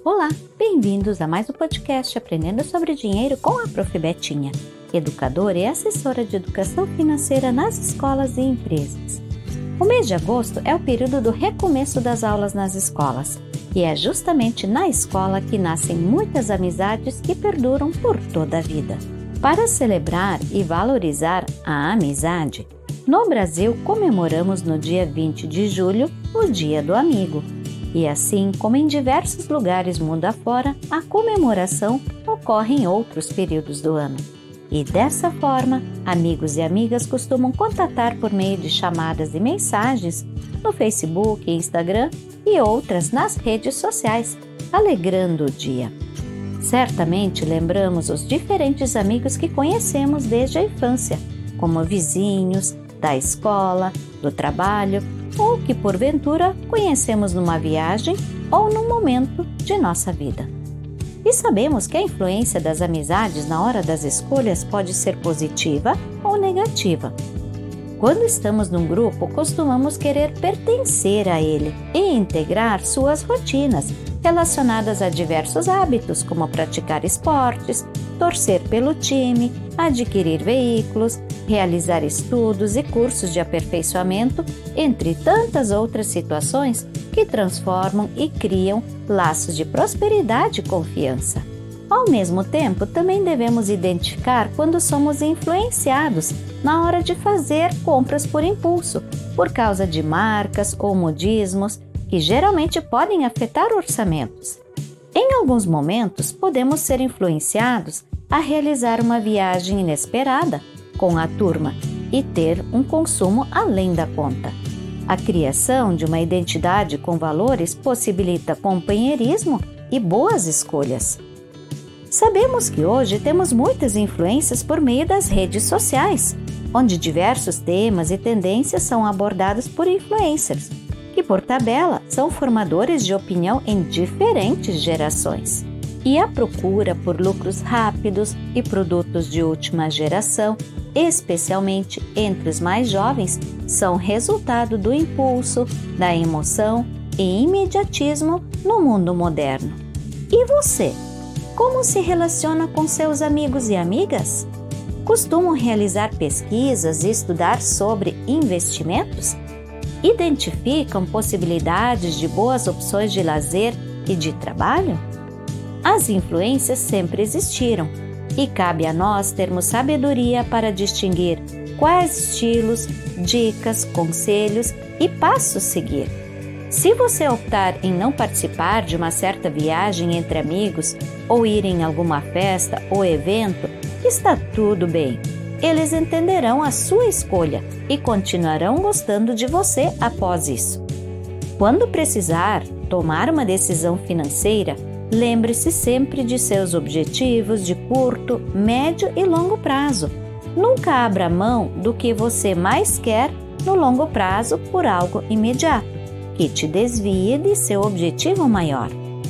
Olá, bem-vindos a mais um podcast Aprendendo sobre Dinheiro com a Prof. Betinha, educadora e assessora de educação financeira nas escolas e empresas. O mês de agosto é o período do recomeço das aulas nas escolas, e é justamente na escola que nascem muitas amizades que perduram por toda a vida. Para celebrar e valorizar a amizade, no Brasil comemoramos no dia 20 de julho o Dia do Amigo. E assim como em diversos lugares mundo afora, a comemoração ocorre em outros períodos do ano. E dessa forma, amigos e amigas costumam contatar por meio de chamadas e mensagens no Facebook, Instagram e outras nas redes sociais, alegrando o dia. Certamente lembramos os diferentes amigos que conhecemos desde a infância, como vizinhos, da escola, do trabalho, ou que porventura conhecemos numa viagem ou num momento de nossa vida. E sabemos que a influência das amizades na hora das escolhas pode ser positiva ou negativa. Quando estamos num grupo, costumamos querer pertencer a ele e integrar suas rotinas, relacionadas a diversos hábitos, como praticar esportes, torcer pelo time, adquirir veículos, realizar estudos e cursos de aperfeiçoamento, entre tantas outras situações que transformam e criam laços de prosperidade e confiança. Ao mesmo tempo, também devemos identificar quando somos influenciados na hora de fazer compras por impulso, por causa de marcas ou modismos que geralmente podem afetar orçamentos. Em alguns momentos, podemos ser influenciados a realizar uma viagem inesperada com a turma e ter um consumo além da conta. A criação de uma identidade com valores possibilita companheirismo e boas escolhas. Sabemos que hoje temos muitas influências por meio das redes sociais, onde diversos temas e tendências são abordados por influencers, que por tabela são formadores de opinião em diferentes gerações. E a procura por lucros rápidos e produtos de última geração, especialmente entre os mais jovens, são resultado do impulso, da emoção e imediatismo no mundo moderno. E você? Como se relaciona com seus amigos e amigas? Costumam realizar pesquisas e estudar sobre investimentos? Identificam possibilidades de boas opções de lazer e de trabalho? As influências sempre existiram e cabe a nós termos sabedoria para distinguir quais estilos, dicas, conselhos e passos seguir. Se você optar em não participar de uma certa viagem entre amigos ou ir em alguma festa ou evento, está tudo bem. Eles entenderão a sua escolha e continuarão gostando de você após isso. Quando precisar tomar uma decisão financeira, lembre-se sempre de seus objetivos de curto, médio e longo prazo. Nunca abra mão do que você mais quer no longo prazo por algo imediato, que te desvie de seu objetivo maior.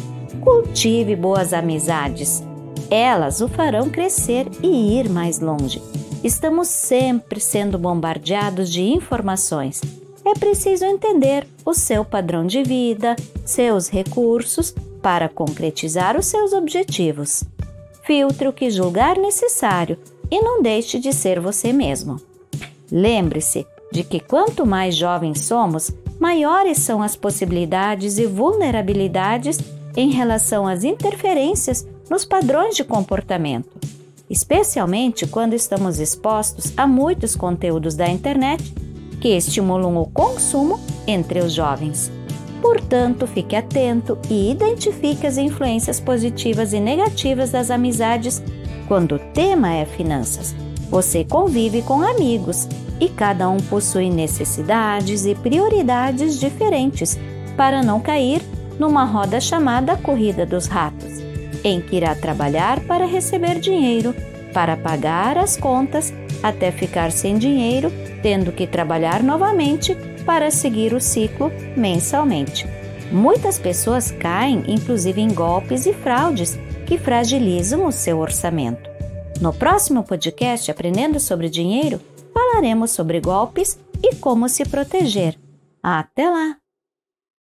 Cultive boas amizades. Elas o farão crescer e ir mais longe. Estamos sempre sendo bombardeados de informações. É preciso entender o seu padrão de vida, seus recursos, para concretizar os seus objetivos. Filtre o que julgar necessário e não deixe de ser você mesmo. Lembre-se de que quanto mais jovens somos, maiores são as possibilidades e vulnerabilidades em relação às interferências nos padrões de comportamento, especialmente quando estamos expostos a muitos conteúdos da internet que estimulam o consumo entre os jovens. Portanto, fique atento e identifique as influências positivas e negativas das amizades quando o tema é finanças. Você convive com amigos e cada um possui necessidades e prioridades diferentes para não cair numa roda chamada Corrida dos Ratos, em que irá trabalhar para receber dinheiro, para pagar as contas, até ficar sem dinheiro, tendo que trabalhar novamente para seguir o ciclo mensalmente. Muitas pessoas caem, inclusive, em golpes e fraudes que fragilizam o seu orçamento. No próximo podcast Aprendendo sobre Dinheiro, falaremos sobre golpes e como se proteger. Até lá!